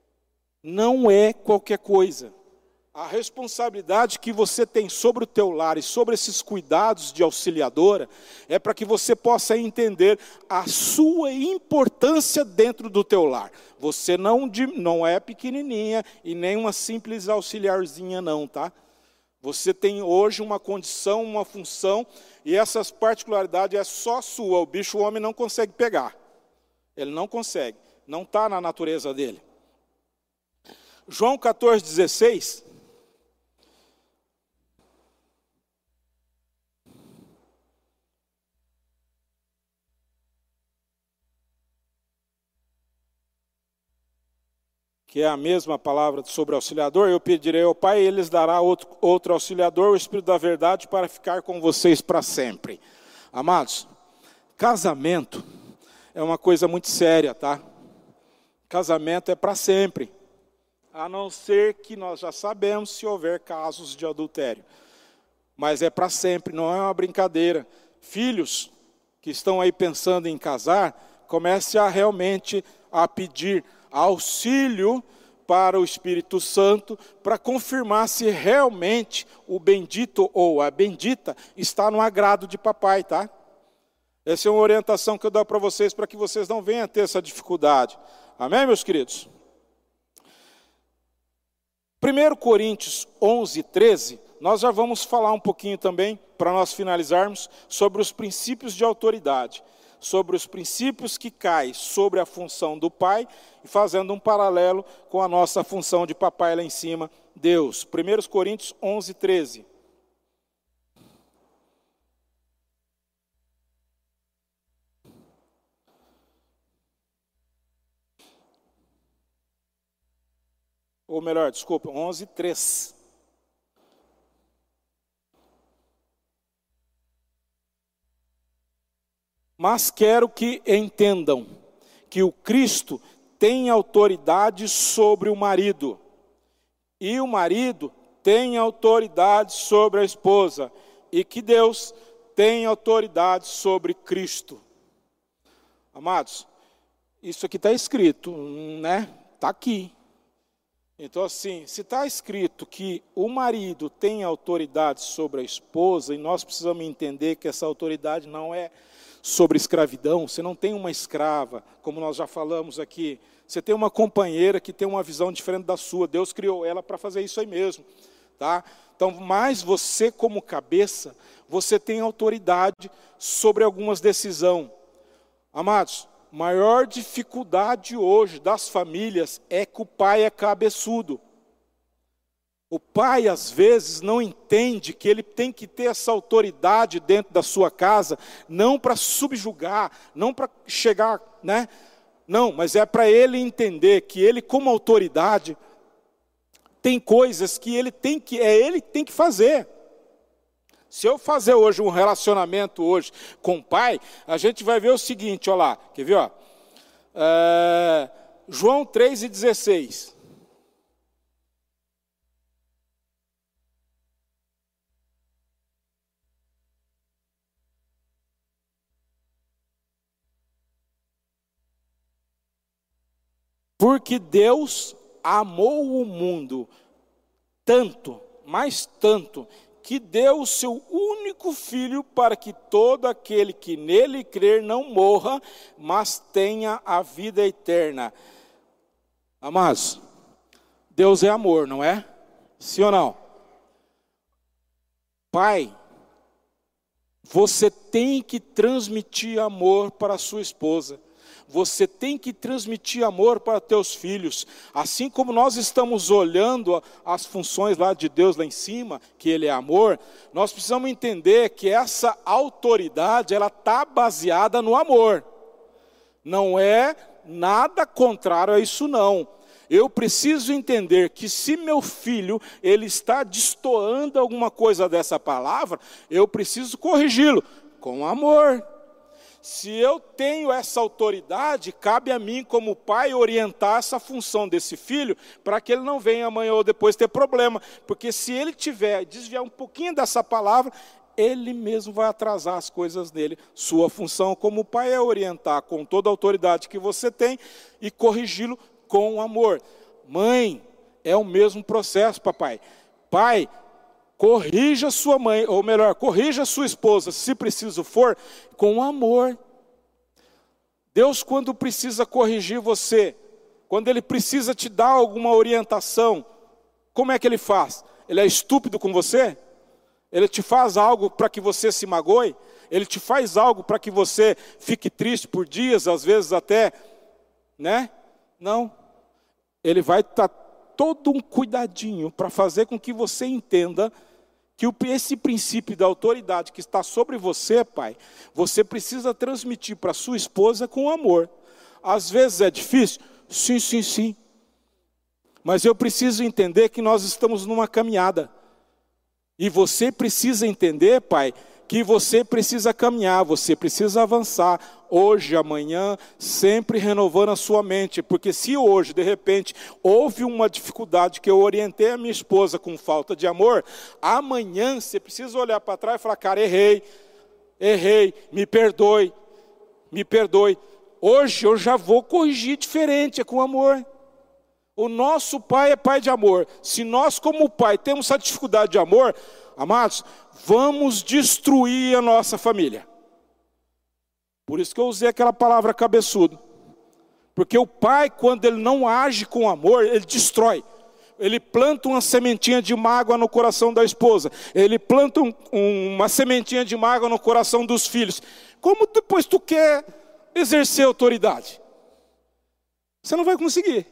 Não é qualquer coisa. A responsabilidade que você tem sobre o teu lar e sobre esses cuidados de auxiliadora é para que você possa entender a sua importância dentro do teu lar. Você não, não é pequenininha e nem uma simples auxiliarzinha não, tá? Você tem hoje uma condição, uma função, e essas particularidades é só sua. O bicho o homem não consegue pegar. Ele não consegue. Não está na natureza dele. João quatorze, dezesseis. Que é a mesma palavra sobre auxiliador, eu pedirei ao Pai, e Ele lhes dará outro, outro auxiliador, o Espírito da verdade, para ficar com vocês para sempre. Amados, casamento é uma coisa muito séria, tá? Casamento é para sempre, a não ser que nós já sabemos se houver casos de adultério. Mas é para sempre, não é uma brincadeira. Filhos que estão aí pensando em casar, comece a realmente a pedir auxílio para o Espírito Santo, para confirmar se realmente o bendito ou a bendita está no agrado de papai, tá? Essa é uma orientação que eu dou para vocês, para que vocês não venham a ter essa dificuldade. Amém, meus queridos? primeiro Coríntios onze, treze, nós já vamos falar um pouquinho também, para nós finalizarmos, sobre os princípios de autoridade. Sobre os princípios que caem sobre a função do pai, e fazendo um paralelo com a nossa função de papai lá em cima, Deus. primeiro Coríntios onze, treze. Ou melhor, desculpa, onze, três. Mas quero que entendam que o Cristo tem autoridade sobre o marido, e o marido tem autoridade sobre a esposa e que Deus tem autoridade sobre Cristo. Amados, isso aqui está escrito, né? Está aqui. Então assim, se está escrito que o marido tem autoridade sobre a esposa, e nós precisamos entender que essa autoridade não é sobre escravidão. Você não tem uma escrava, como nós já falamos aqui. Você tem uma companheira que tem uma visão diferente da sua. Deus criou ela para fazer isso aí mesmo, tá? Então, mas você como cabeça, você tem autoridade sobre algumas decisões. Amados, maior dificuldade hoje das famílias é que o pai é cabeçudo. O pai, às vezes, não entende que ele tem que ter essa autoridade dentro da sua casa, não para subjugar, não para chegar, né? Não, mas é para ele entender que ele, como autoridade, tem coisas que ele tem que, é ele que tem que fazer. Se eu fazer hoje um relacionamento hoje com o pai, a gente vai ver o seguinte, olha lá, quer ver? Ó? É, João três e dezesseis. Porque Deus amou o mundo tanto, mas tanto, que deu o seu único filho para que todo aquele que nele crer não morra, mas tenha a vida eterna. Amados, Deus é amor, não é? Sim ou não? Pai, você tem que transmitir amor para a sua esposa. Você tem que transmitir amor para teus filhos. Assim como nós estamos olhando as funções lá de Deus lá em cima, que Ele é amor, nós precisamos entender que essa autoridade, ela está baseada no amor. Não é nada contrário a isso não. Eu preciso entender que se meu filho, ele está destoando alguma coisa dessa palavra, eu preciso corrigi-lo com amor. Se eu tenho essa autoridade, cabe a mim como pai orientar essa função desse filho para que ele não venha amanhã ou depois ter problema. Porque se ele tiver, desviar um pouquinho dessa palavra, ele mesmo vai atrasar as coisas nele. Sua função como pai é orientar com toda a autoridade que você tem e corrigi-lo com amor. Mãe, é o mesmo processo, papai. Pai, corrija sua mãe, ou melhor, corrija sua esposa, se preciso for, com amor. Deus, quando precisa corrigir você, quando Ele precisa te dar alguma orientação, como é que Ele faz? Ele é estúpido com você? Ele te faz algo para que você se magoe? Ele te faz algo para que você fique triste por dias, às vezes até, né? Não. Ele vai estar todo um cuidadinho para fazer com que você entenda que esse princípio da autoridade que está sobre você, pai, você precisa transmitir para sua esposa com amor. Às vezes é difícil? Sim, sim, sim. Mas eu preciso entender que nós estamos numa caminhada. E você precisa entender, pai, que você precisa caminhar, você precisa avançar, hoje, amanhã, sempre renovando a sua mente, porque se hoje, de repente, houve uma dificuldade que eu orientei a minha esposa com falta de amor, amanhã você precisa olhar para trás e falar, cara, errei, errei, me perdoe, me perdoe. Hoje eu já vou corrigir diferente, é com amor. O nosso pai é pai de amor. Se nós como pai temos essa dificuldade de amor, amados, vamos destruir a nossa família. Por isso que eu usei aquela palavra cabeçudo. Porque o pai, quando ele não age com amor, ele destrói. Ele planta uma sementinha de mágoa no coração da esposa. Ele planta um, um, uma sementinha de mágoa no coração dos filhos. Como depois tu quer exercer autoridade? Você não vai conseguir.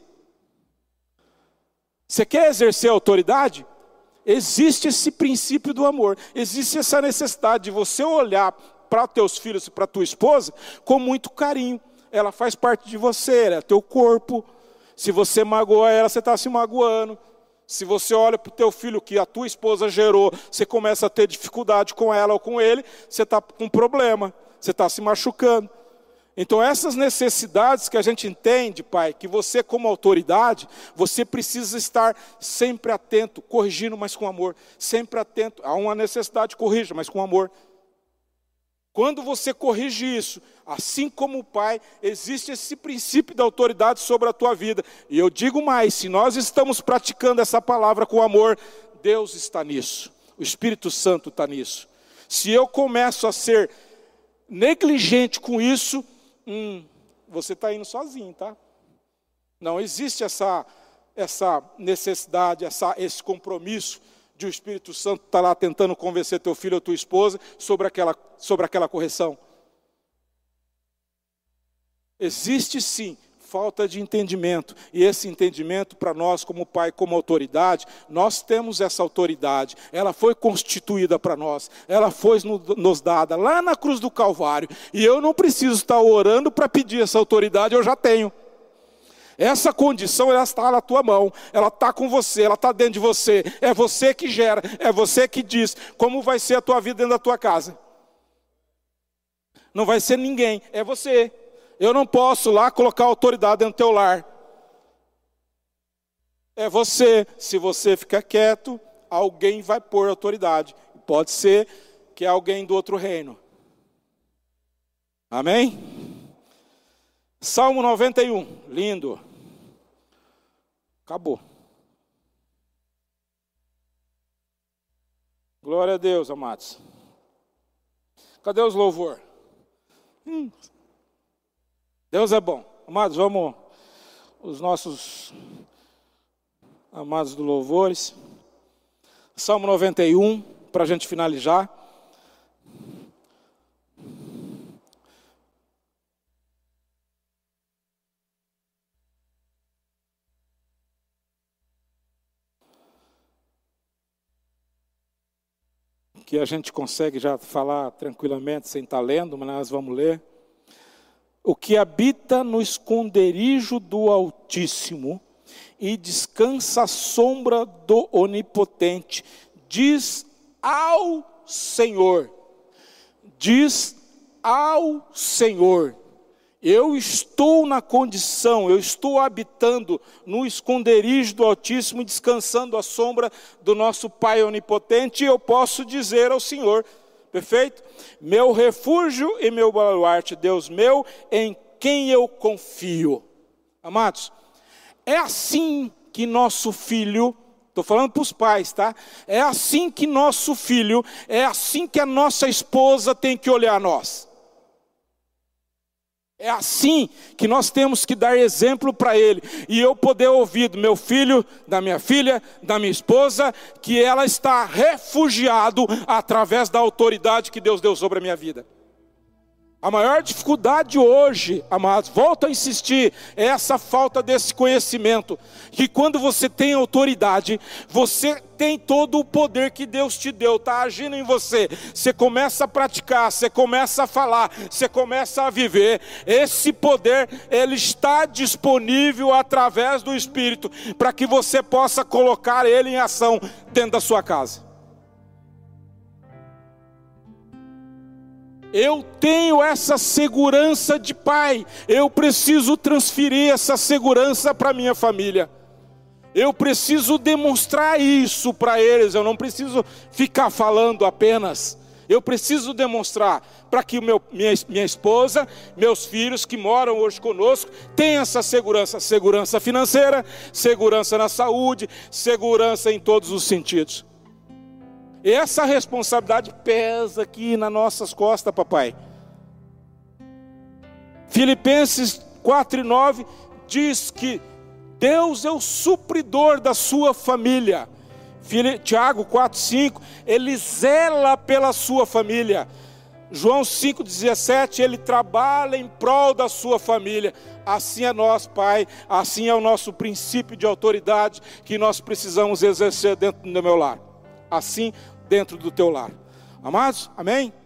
Você quer exercer autoridade? Existe esse princípio do amor. Existe essa necessidade de você olhar para teus filhos e para tua esposa com muito carinho. Ela faz parte de você, ela é teu corpo. Se você magoa ela, você está se magoando. Se você olha para o teu filho que a tua esposa gerou, você começa a ter dificuldade com ela ou com ele, você está com problema, você está se machucando. Então essas necessidades que a gente entende, Pai, que você como autoridade, você precisa estar sempre atento, corrigindo, mas com amor. Sempre atento, há uma necessidade, corrija, mas com amor. Quando você corrige isso, assim como o Pai, existe esse princípio da autoridade sobre a tua vida. E eu digo mais, se nós estamos praticando essa palavra com amor, Deus está nisso. O Espírito Santo está nisso. Se eu começo a ser negligente com isso, hum, você está indo sozinho, tá? Não existe essa, essa necessidade, essa, esse compromisso de o Espírito Santo estar lá tentando convencer teu filho ou tua esposa sobre aquela, sobre aquela correção. Existe sim falta de entendimento, e esse entendimento para nós como pai, como autoridade, nós temos essa autoridade, ela foi constituída para nós, ela foi nos dada lá na cruz do Calvário, e eu não preciso estar orando para pedir essa autoridade, eu já tenho. Essa condição, ela está na tua mão, ela está com você, ela está dentro de você, é você que gera, é você que diz como vai ser a tua vida dentro da tua casa. Não vai ser ninguém, é você. Eu não posso lá colocar autoridade dentro do teu lar. É você. Se você ficar quieto, alguém vai pôr autoridade. Pode ser que é alguém do outro reino. Amém? Salmo noventa e um, lindo. Acabou. Glória a Deus, amados. Cadê os louvor? Hum. Deus é bom. Amados, vamos, os nossos amados do louvores. Salmo noventa e um, para a gente finalizar. Que a gente consegue já falar tranquilamente, sem estar lendo, mas nós vamos ler. O que habita no esconderijo do Altíssimo e descansa à sombra do Onipotente, diz ao Senhor, diz ao Senhor, eu estou na condição, eu estou habitando no esconderijo do Altíssimo e descansando à sombra do nosso Pai Onipotente, e eu posso dizer ao Senhor, perfeito? Meu refúgio e meu baluarte, Deus meu, em quem eu confio. Amados, é assim que nosso filho, estou falando para os pais, tá? É assim que nosso filho, é assim que a nossa esposa tem que olhar a nós. É assim que nós temos que dar exemplo para ele. E eu poder ouvir do meu filho, da minha filha, da minha esposa, que ela está refugiado através da autoridade que Deus deu sobre a minha vida. A maior dificuldade hoje, amados, volto a insistir, é essa falta desse conhecimento. Que quando você tem autoridade, você tem todo o poder que Deus te deu, está agindo em você. Você começa a praticar, você começa a falar, você começa a viver. Esse poder, ele está disponível através do Espírito, para que você possa colocar ele em ação dentro da sua casa. Eu tenho essa segurança de pai, eu preciso transferir essa segurança para minha família. Eu preciso demonstrar isso para eles, eu não preciso ficar falando apenas. Eu preciso demonstrar para que o meu, minha, minha esposa, meus filhos que moram hoje conosco, tenham essa segurança. Segurança financeira, segurança na saúde, segurança em todos os sentidos. E essa responsabilidade pesa aqui nas nossas costas, papai. Filipenses quatro e nove diz que Deus é o supridor da sua família. Tiago quatro e cinco, ele zela pela sua família. João cinco dezessete, ele trabalha em prol da sua família. Assim é nós, Pai, assim é o nosso princípio de autoridade que nós precisamos exercer dentro do meu lar. Assim dentro do teu lar. Amados, amém?